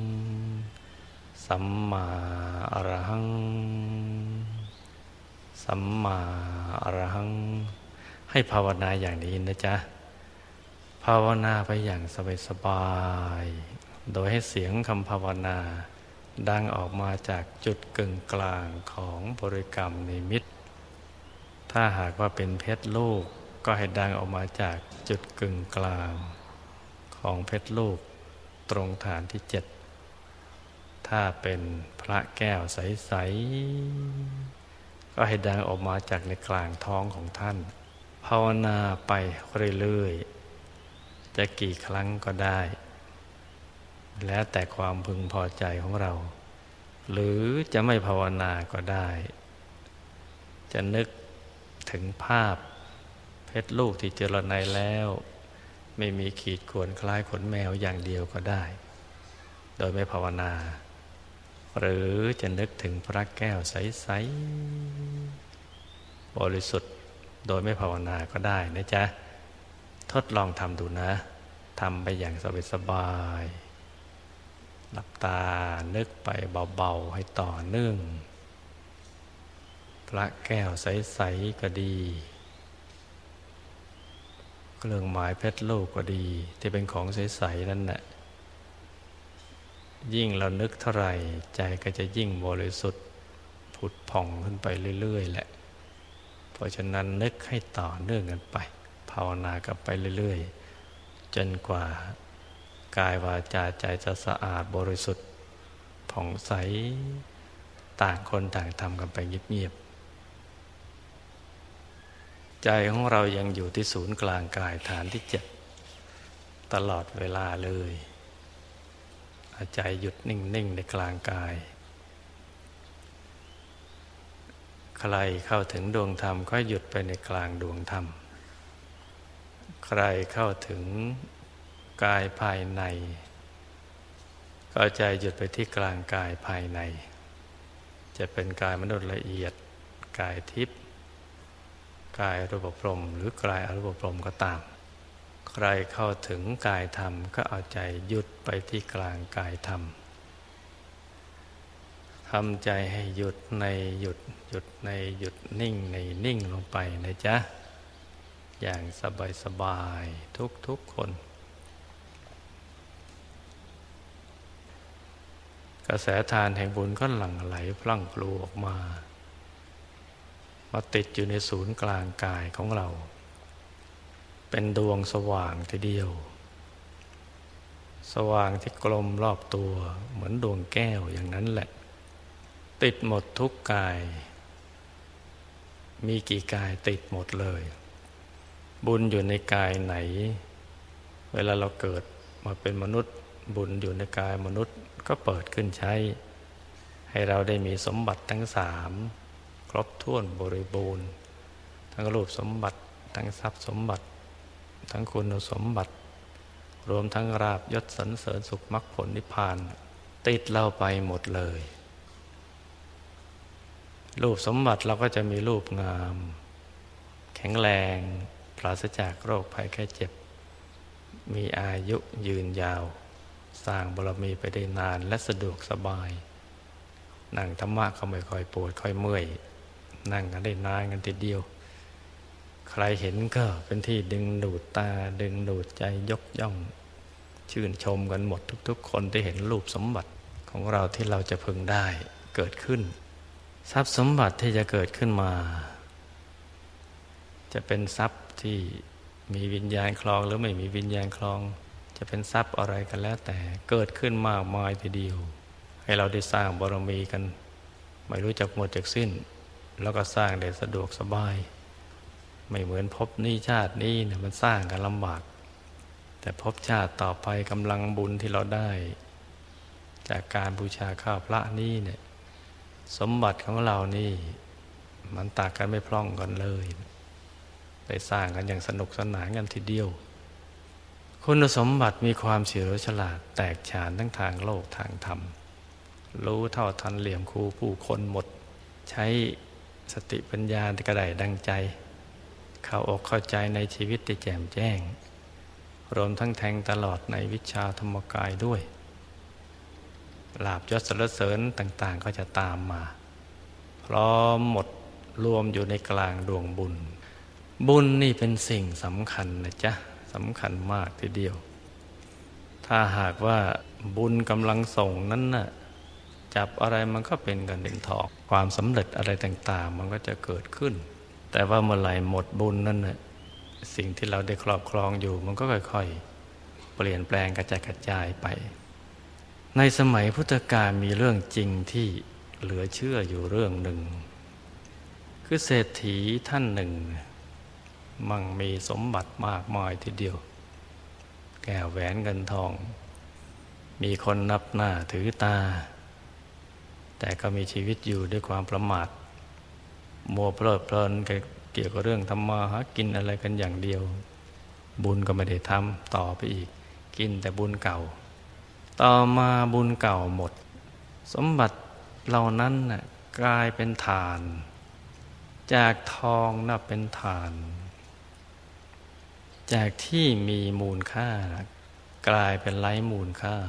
สัมมาอรหังสัมมาอรหังให้ภาวนาอย่างนี้นะจ๊ะภาวนาไปอย่างสบายๆโดยให้เสียงคำภาวนาดังออกมาจากจุดกึ่งกลางของบริกรรมนิมิตถ้าหากว่าเป็นเพชรลูกก็ให้ดังออกมาจากจุดกึ่งกลางของเพชรลูกตรงฐานที่เจ็ดถ้าเป็นพระแก้วใสๆก็ให้ดังออกมาจากในกลางท้องของท่านภาวนาไปเรื่อยๆจะกี่ครั้งก็ได้แล้วแต่ความพึงพอใจของเราหรือจะไม่ภาวนาก็ได้จะนึกถึงภาพเพชรลูกที่เจรไนแล้วไม่มีขีดข่วนคล้ายขนแมวอย่างเดียวก็ได้โดยไม่ภาวนาหรือจะนึกถึงพระแก้วใสๆบริสุทธิ์โดยไม่ภาวนาก็ได้นะจ๊ะทดลองทำดูนะทำไปอย่างสบายๆหลับตานึกไปเบาๆให้ต่อเนื่องพระแก้วใสๆก็ดีเครื่องหมายเพชรลูกก็ดีที่เป็นของใสๆนั่นแหละยิ่งเรานึกเท่าไหร่ใจก็จะยิ่งบริสุทธิ์ผุดผ่องขึ้นไปเรื่อยๆแหละเพราะฉะนั้นนึกให้ต่อเนื่องกันไปภาวนากันไปเรื่อยๆจนกว่ากายวาจาใจจะสะอาดบริสุทธิ์ผ่องใสต่างคนต่างทำกันไปเงียบๆใจของเรายังอยู่ที่ศูนย์กลางกายฐานที่เจ็ดตลอดเวลาเลยใจหยุดนิ่งๆในกลางกายใครเข้าถึงดวงธรรมก็หยุดไปในกลางดวงธรรมใครเข้าถึงกายภายในก็ใจหยุดไปที่กลางกายภายในจะเป็นกายมนุษย์ละเอียดกายทิพย์กายอรูปพรหมหรือกายอรูปพรหมก็ตามใครเข้าถึงกายธรรมก็เอาใจหยุดไปที่กลางกายธรรมทำใจให้หยุดในหยุดหยุดในหยุดนิ่งในนิ่งลงไปนะจ๊ะอย่างสบายสบายทุกทุกคนกระแสทานแห่งบุญก็หลั่งไหลพลั่งพลูออกมามาติดอยู่ในศูนย์กลางกายของเราเป็นดวงสว่างทีเดียวสว่างที่กลมรอบตัวเหมือนดวงแก้วอย่างนั้นแหละติดหมดทุกกายมีกี่กายติดหมดเลยบุญอยู่ในกายไหนเวลาเราเกิดมาเป็นมนุษย์บุญอยู่ในกายมนุษย์ก็เปิดขึ้นใช้ให้เราได้มีสมบัติทั้งสามครบถ้วนบริบูรณ์ทั้งรูปสมบัติทั้งทรัพย์สมบัติทั้งคุณสมบัติรวมทั้งราภยศสรรเสริญสุขมรรคผลนิพพานติดเราไปหมดเลยรูปสมบัติเราก็จะมีรูปงามแข็งแรงปราศจากโรคภัยแค่เจ็บมีอายุยืนยาวสร้างบารมีไปได้นานและสะดวกสบายนั่งธรรมะก็ไม่ค่อยปวดค่อยเมื่อยนั่งกันได้นานกันทีเดียวใครเห็นก็เป็นที่ดึงดูดตาดึงดูดใจยกย่องชื่นชมกันหมดทุกๆคนที่เห็นรูปสมบัติของเราที่เราจะพึงได้เกิดขึ้นทรัพย์สมบัติที่จะเกิดขึ้นมาจะเป็นทรัพย์ที่มีวิญญาณครองหรือไม่มีวิญญาณครองจะเป็นทรัพย์อะไรกันแล้วแต่เกิดขึ้นมากมายทีเดียวให้เราได้สร้างบารมีกันไม่รู้จักหมดจักสิ้นแล้วก็สร้างได้สะดวกสบายไม่เหมือนภพนี้ชาตินี้เนี่ยมันสร้างกันลำบากแต่ภพชาติต่อไปกำลังบุญที่เราได้จากการบูชาข้าวพระนี้เนี่ยสมบัติของเรานี่มันต่างกันไม่พร่องกันเลยได้สร้างกันอย่างสนุกสนานกันทีเดียวคุณสมบัติมีความเฉลียวฉลาดแตกฉานทั้งทางโลกทางธรรมรู้เท่าทันเหลี่ยมครูผู้คนหมดใช้สติปัญญากระไดดังใจเข้าอกเข้าใจในชีวิตได้แจ่มแจ้งรวมทั้งแทงตลอดในวิชาธรรมกายด้วยลาภยศสรรเสริญต่างๆก็จะตามมาพร้อมหมดรวมอยู่ในกลางดวงบุญบุญนี่เป็นสิ่งสำคัญนะจ๊ะสำคัญมากทีเดียวถ้าหากว่าบุญกำลังส่งนั้นน่ะจับอะไรมันก็เป็นกันเป็นทองความสำเร็จอะไรต่างๆมันก็จะเกิดขึ้นแต่ว่าเมื่อไหร่หมดบุญนั่นน่ะสิ่งที่เราได้ครอบครองอยู่มันก็ค่อยๆเปลี่ยนแปลงกระจายกระจายไปในสมัยพุทธกาลมีเรื่องจริงที่เหลือเชื่ออยู่เรื่องหนึ่งคือเศรษฐีท่านหนึ่งมั่งมีสมบัติมากมายทีเดียวแก้วแหวนเงินทองมีคนนับหน้าถือตาแต่ก็มีชีวิตอยู่ด้วยความประมาทมัวเพลิดเพลินเกี่ยวกับเรื่องทำมาหากินอะไรกันอย่างเดียวบุญก็ไม่ได้ทำต่อไปอีกกินแต่บุญเก่าต่อมาบุญเก่าหมดสมบัติเหล่านั้นน่ะกลายเป็นฐานจากทองน่ะเป็นฐานจากที่มีมูลค่ากลายเป็นไร้มูลค่า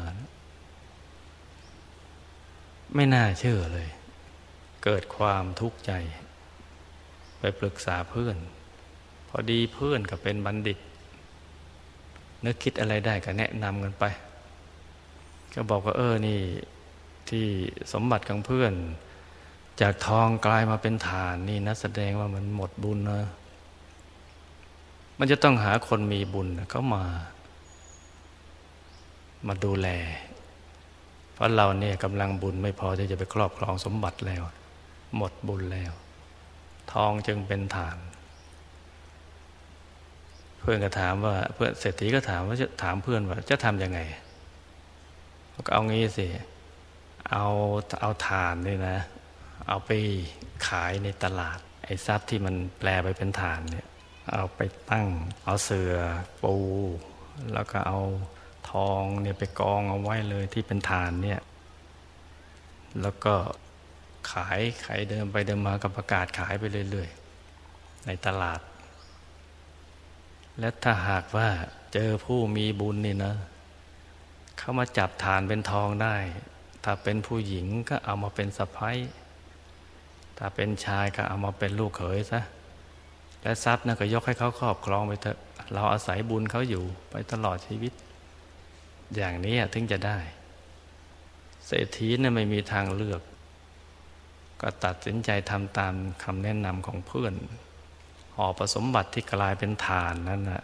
ไม่น่าเชื่อเลยเกิดความทุกข์ใจไปปรึกษาเพื่อนพอดีเพื่อนก็เป็นบัณฑิตนึกคิดอะไรได้ก็แนะนำกันไปก็บอกว่าเออนี่ที่สมบัติของเพื่อนจากทองกลายมาเป็นฐานนี่นะแสดงว่ามันหมดบุญนะมันจะต้องหาคนมีบุญเขามามาดูแลเพราะเราเนี่ยกำลังบุญไม่พอที่จะไปครอบครองสมบัติแล้วหมดบุญแล้วทองจึงเป็นฐานเพื่อนก็ถามว่าเพื่อนเศรษฐีก็ถามว่าจะถามเพื่อนว่าจะทำยังไงก็เอางี้สิเอาเอาฐานนี่นะเอาไปขายในตลาดไอ้ทรัพย์ที่มันแปลไปเป็นฐานเนี่ยเอาไปตั้งเอาเสื่อปูแล้วก็เอาทองเนี่ยไปกองเอาไว้เลยที่เป็นฐานเนี่ยแล้วก็ขายขายเดิมไปเดิมมาก็ประกาศขายไปเรื่อยๆในตลาดและถ้าหากว่าเจอผู้มีบุญนี่นะเขามาจับฐานเป็นทองได้ถ้าเป็นผู้หญิงก็เอามาเป็นสะใภ้ถ้าเป็นชายก็เอามาเป็นลูกเขยซะและทรัพย์นั่นก็ยกให้เขาครอบครองไปเถอะเราอาศัยบุญเขาอยู่ไปตลอดชีวิตอย่างนี้ถึงจะได้เศรษฐีเนี่ยไม่มีทางเลือกก็ตัดสินใจทำตามคำแนะนำของเพื่อนห่อสมบัติที่กลายเป็นฐานนั่นนะ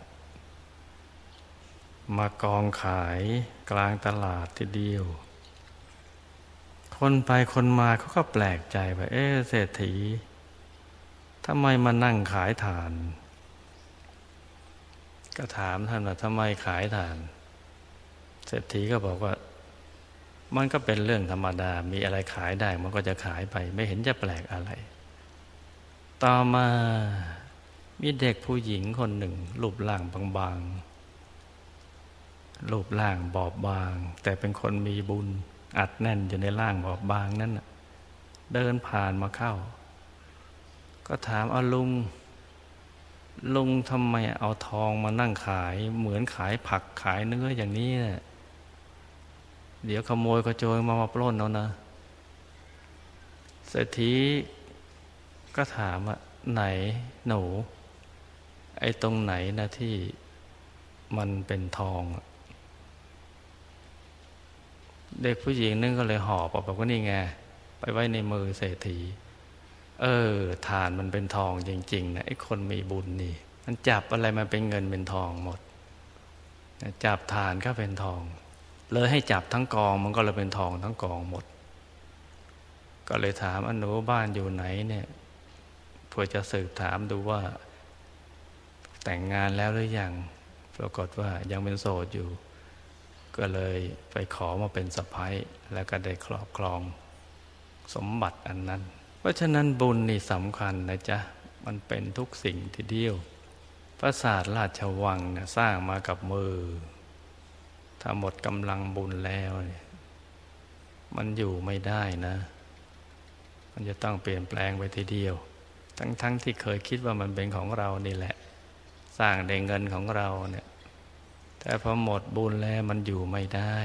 มากองขายกลางตลาดทีเดียวคนไปคนมาเขาก็แปลกใจว่าเอ๊ะเศรษฐีทำไมมานั่งขายถ่านก็ถามท่านว่าทำไมขายถ่านเศรษฐีก็บอกว่ามันก็เป็นเรื่องธรรมดามีอะไรขายได้มันก็จะขายไปไม่เห็นจะแปลกอะไรต่อมามีเด็กผู้หญิงคนหนึ่งรูปร่างบางๆรูปร่างบอบบางแต่เป็นคนมีบุญอัดแน่นอยู่ในร่างบอบบางนั้นน่ะเดินผ่านมาเข้าก็ถามเอาลุงลุงทำไมเอาทองมานั่งขายเหมือนขายผักขายเนื้ออย่างนี้เนี่ยเดี๋ยวขโมยขโจรมามาปล้นเอานะเศรษฐีก็ถามว่าไหนหนูไอ้ตรงไหนนะที่มันเป็นทองเด็กผู้หญิงนึงก็เลยหอบออกบอกว่านี่ไงไปไว้ในมือเศรษฐีเออฐานมันเป็นทองจริงๆนะไอ้คนมีบุญนี่มันจับอะไรมาเป็นเงินเป็นทองหมดจับฐานก็เป็นทองเลยให้จับทั้งกองมันก็เลยเป็นทองทั้งกองหมดก็เลยถามอนุบ้านอยู่ไหนเนี่ยเพื่อจะสืบถามดูว่าแต่งงานแล้วหรือยังปรากฏว่ายังเป็นโสดอยู่ก็เลยไปขอมาเป็นสะใภ้แล้วก็ได้ครอบครองสมบัติอันนั้นเพราะฉะนั้นบุญนี่สำคัญนะจ๊ะมันเป็นทุกสิ่งทีเดียวปราสาทราชวังเนี่ยสร้างมากับมือถ้าหมดกำลังบุญแล้วเนี่ยมันอยู่ไม่ได้นะมันจะต้องเปลี่ยนแปลงไปทีเดียวทั้งๆ ท, ที่เคยคิดว่ามันเป็นของเรานี่แหละสร้างได้เงินของเราเนี่ยแต่พอหมดบุญแล้วมันอยู่ไม่ได้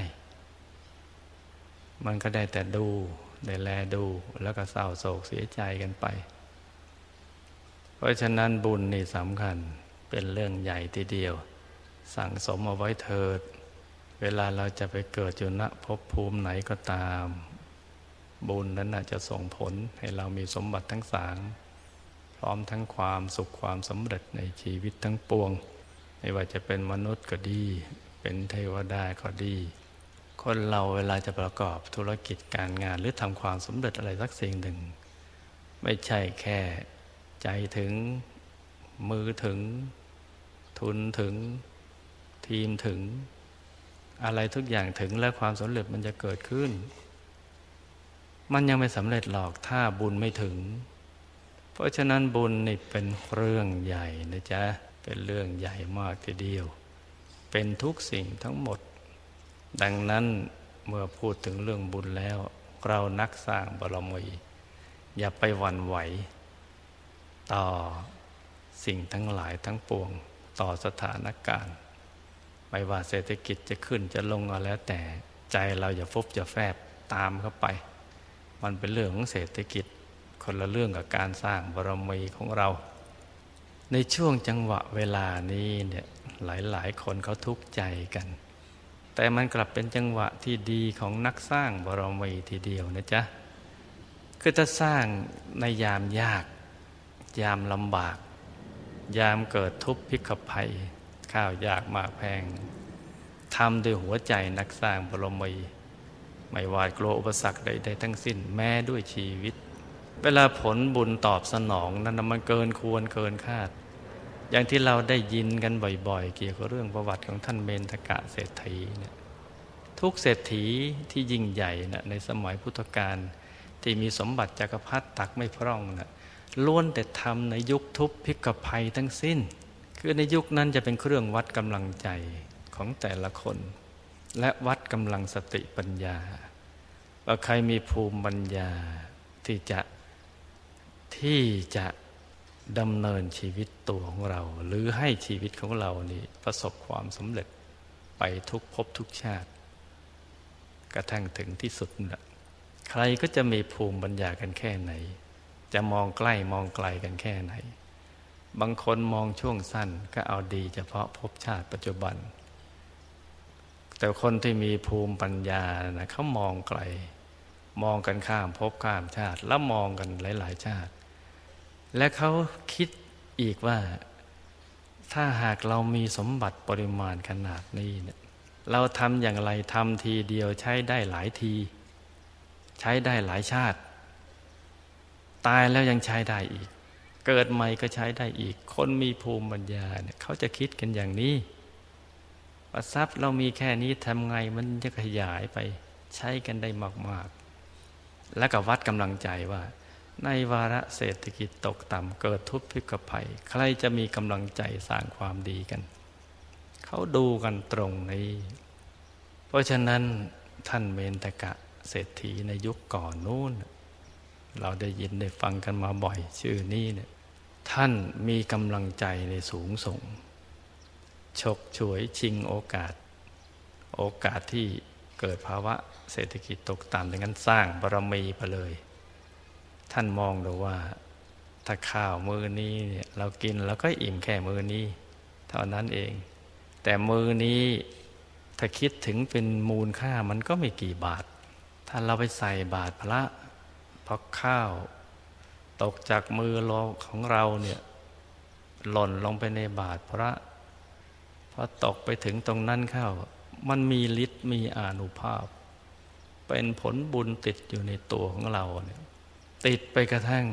มันก็ได้แต่ดูได้แลดูแล้วก็เศร้าโศกเสียใจกันไปเพราะฉะนั้นบุญนี่สำคัญเป็นเรื่องใหญ่ทีเดียวสั่งสมเอาไว้เถิดเวลาเราจะไปเกิดอยู่ณภพภูมิไหนก็ตามบุญนั้นน่ะจะส่งผลให้เรามีสมบัติทั้งสามพร้อมทั้งความสุขความสำเร็จในชีวิตทั้งปวงไม่ว่าจะเป็นมนุษย์ก็ดีเป็นเทวดาก็ดีคนเราเวลาจะประกอบธุรกิจการงานหรือทำความสำเร็จอะไรสักสิ่งหนึ่งไม่ใช่แค่ใจถึงมือถึงทุนถึงทีมถึงอะไรทุกอย่างถึงและความสำเร็จมันจะเกิดขึ้นมันยังไม่สำเร็จหรอกถ้าบุญไม่ถึงเพราะฉะนั้นบุญนี่เป็นเรื่องใหญ่นะจ๊ะเป็นเรื่องใหญ่มากทีเดียวเป็นทุกสิ่งทั้งหมดดังนั้นเมื่อพูดถึงเรื่องบุญแล้วเรานักสร้างบารมีอย่าไปหวั่นไหวต่อสิ่งทั้งหลายทั้งปวงต่อสถานการณ์ไม่ว่าเศรษฐกิจจะขึ้นจะลงก็แล้วแต่ใจเราอย่าฟุบอย่าแฟบตามเข้าไปมันเป็นเรื่องของเศรษฐกิจคนละเรื่องกับการสร้างบารมีของเราในช่วงจังหวะเวลานี้เนี่ยหลายๆคนเขาทุกข์ใจกันแต่มันกลับเป็นจังหวะที่ดีของนักสร้างบารมีทีเดียวนะจ๊ะคือถ้าสร้างในยามยากยามลำบากยามเกิดทุกข์พิกภัยข้าวยากหมากแพงทำด้วยหัวใจนักสร้างบารมีไม่หวาดกลัวอุปสรรคใดๆทั้งสิ้นแม้ด้วยชีวิตเวลาผลบุญตอบสนองนั้นมันเกินควรเกินคาดอย่างที่เราได้ยินกันบ่อยๆเกี่ยวกับเรื่องประวัติของท่านเมนทกะเศรษฐีเนี่ยทุกเศรษฐีที่ยิ่งใหญ่นะในสมัยพุทธกาลที่มีสมบัติจักรพรรดิตักไม่พร่องนะล้วนแต่ทำในยุคทุพพิกภัยทั้งสิ้นคือในยุคนั้นจะเป็นเครื่องวัดกำลังใจของแต่ละคนและวัดกำลังสติปัญญาว่าใครมีภูมิปัญญาที่จะที่จะดำเนินชีวิตตัวของเราหรือให้ชีวิตของเรานี่ประสบความสำเร็จไปทุกภพทุกชาติกระทั่งถึงที่สุดนะใครก็จะมีภูมิปัญญากันแค่ไหนจะมองใกล้มองไกลกันแค่ไหนบางคนมองช่วงสั้นก็เอาดีเฉพาะภพชาติปัจจุบันแต่คนที่มีภูมิปัญญานะเขามองไกลมองกันข้ามภพข้ามชาติแล้วมองกันหลายๆชาติ และเขาคิดอีกว่าถ้าหากเรามีสมบัติปริมาณขนาดนี้เนี่ยเราทำอย่างไรทำทีเดียวใช้ได้หลายทีใช้ได้หลายชาติตายแล้วยังใช้ได้อีกเกิดใหม่ก็ใช้ได้อีกคนมีภูมิปัญญาเนี่ยเขาจะคิดกันอย่างนี้ว่าทรัพย์เรามีแค่นี้ทำไงมันจะขยายไปใช้กันได้มากๆและก็วัดกำลังใจว่าในวาระเศรษฐกิจตกต่ำเกิดทุพพิกภัยใครจะมีกำลังใจสร้างความดีกันเขาดูกันตรงนี้เพราะฉะนั้นท่านเมนทกะเศรษฐีในยุคก่อนนู้นเราได้ยินได้ฟังกันมาบ่อยชื่อนี้เนี่ยท่านมีกำลังใจในสูงส่งฉกฉวยชิงโอกาสโอกาสที่เกิดภาวะเศรษฐกิจตกต่ำดังนั้นสร้างบารมีไปเลยท่านมองดูว่าถ้าข้าวมื้อนี้เนี่ยเรากินเราก็อิ่มแค่มื้อนี้เท่านั้นเองแต่มื้อนี้ถ้าคิดถึงเป็นมูลค่ามันก็ไม่กี่บาทถ้าเราไปใส่บาตรพระพอข้าวตกจากมือเราของเราเนี่ยหล่นลงไปในบาตรพระพอตกไปถึงตรงนั้นเข้ามันมีฤทธิ์มีอานุภาพเป็นผลบุญติดอยู่ในตัวของเราเนี่ยติดไปกระทั่ง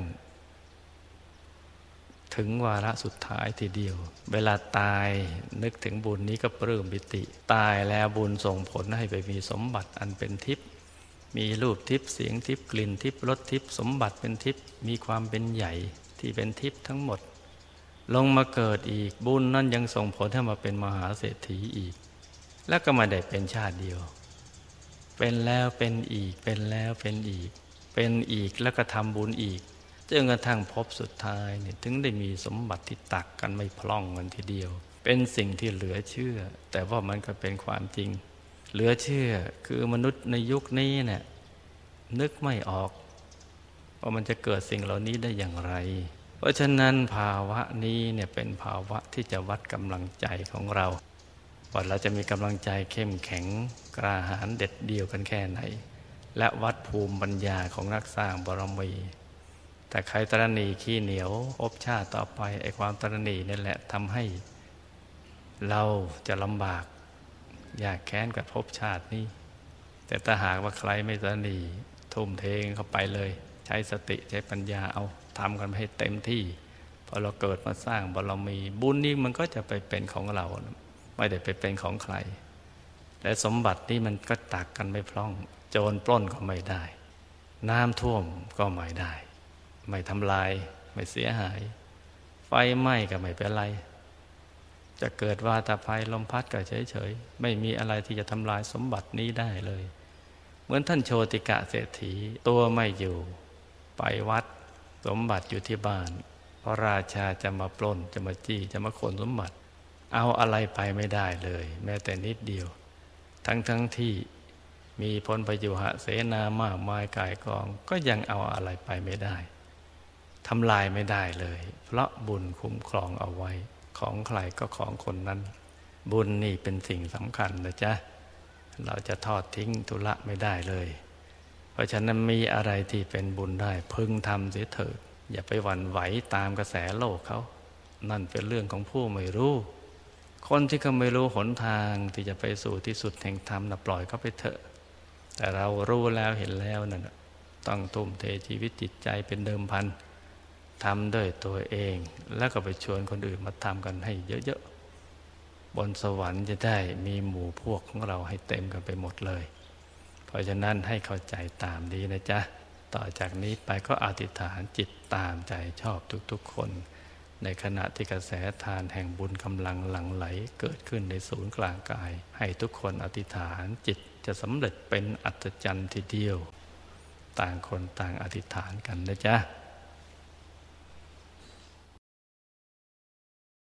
ถึงวาระสุดท้ายทีเดียวเวลาตายนึกถึงบุญนี้ก็ปลื้มปิติตายแล้วบุญส่งผลให้ไปมีสมบัติอันเป็นทิพย์มีรูปทิพย์เสียงทิพย์กลิ่นทิพย์รสทิพย์สมบัติเป็นทิพย์มีความเป็นใหญ่ที่เป็นทิพย์ทั้งหมดลงมาเกิดอีกบุญนั้นยังส่งผลให้มาเป็นมหาเศรษฐีอีกแล้วก็มาได้เป็นชาติเดียวเป็นแล้วเป็นอีกเป็นแล้วเป็นอีกเป็นอีกแล้วก็ทำบุญอีกจนกระทั่งพบสุดท้ายเนี่ยถึงได้มีสมบัติที่ตักกันไม่พล่องกันทีเดียวเป็นสิ่งที่เหลือเชื่อแต่ว่ามันก็เป็นความจริงเหลือเชื่อคือมนุษย์ในยุคนี้เนี่ยนึกไม่ออกว่ามันจะเกิดสิ่งเหล่านี้ได้อย่างไรเพราะฉะนั้นภาวะนี้เนี่ยเป็นภาวะที่จะวัดกำลังใจของเราว่าเราจะมีกำลังใจเข้มแข็งกล้าหาญเด็ดเดี่ยวกันแค่ไหนและวัดภูมิปัญญาของนักสร้างบารมีแต่ใครตระหนี่ขี้เหนียวอบชาติต่อไปไอ้ความตระหนี่นี่แหละทำให้เราจะลำบากยากแค้นกับภพชาตินี้แต่ถ้าหากว่าใครไม่ตระหนี่ทุ่มเทเข้าไปเลยใช้สติใช้ปัญญาเอาทำกันให้เต็มที่พอเราเกิดมาสร้างบารมีบุญนี้มันก็จะไปเป็นของเราไม่ได้ไปเป็นของใครและสมบัตินี่มันก็ตักกันไม่พร่องโจรปล้นก็ไม่ได้น้ำท่วมก็ไม่ได้ไม่ทำลายไม่เสียหายไฟไหม้ก็ไม่เป็นไรจะเกิดวาตภัยลมพัดก็เฉยๆไม่มีอะไรที่จะทำลายสมบัตินี้ได้เลยเหมือนท่านโชติกะเศรษฐีตัวไม่อยู่ไปวัดสมบัติอยู่ที่บ้านพระราชาจะมาปล้นจะมาจี้จะมาขนสมบัติเอาอะไรไปไม่ได้เลยแม้แต่นิดเดียวทั้งทั้งที่มีพลพยุหเสนามากมายก่ายกองก็ยังเอาอะไรไปไม่ได้ทำลายไม่ได้เลยเพราะบุญคุ้มครองเอาไว้ของใครก็ของคนนั้นบุญนี่เป็นสิ่งสำคัญนะจ๊ะเราจะทอดทิ้งธุระไม่ได้เลยเพราะฉะนั้นมีอะไรที่เป็นบุญได้พึงทำเสียเถิดอย่าไปหวั่นไหวตามกระแสโลกเขานั่นเป็นเรื่องของผู้ไม่รู้คนที่เขาไม่รู้หนทางที่จะไปสู่ที่สุดแห่งธรรมนะปล่อยเขาไปเถอะแต่เรารู้แล้วเห็นแล้วนั่นต้องทุ่มเทชีวิตจิตใจเป็นเดิมพันทำด้วยตัวเองแล้วก็ไปชวนคนอื่นมาทำกันให้เยอะๆบนสวรรค์จะได้มีหมู่พวกของเราให้เต็มกันไปหมดเลยเพราะฉะนั้นให้เข้าใจตามดีนะจ๊ะต่อจากนี้ไปก็อธิษฐานจิตตามใจชอบทุกๆคนในขณะที่กระแสทานแห่งบุญกำลังหลั่งไหลเกิดขึ้นในศูนย์กลางกายให้ทุกคนอธิษฐานจิตจะสำเร็จเป็นอัศจรรย์ทีเดียวต่างคนต่างอธิษฐานกันนะจ๊ะ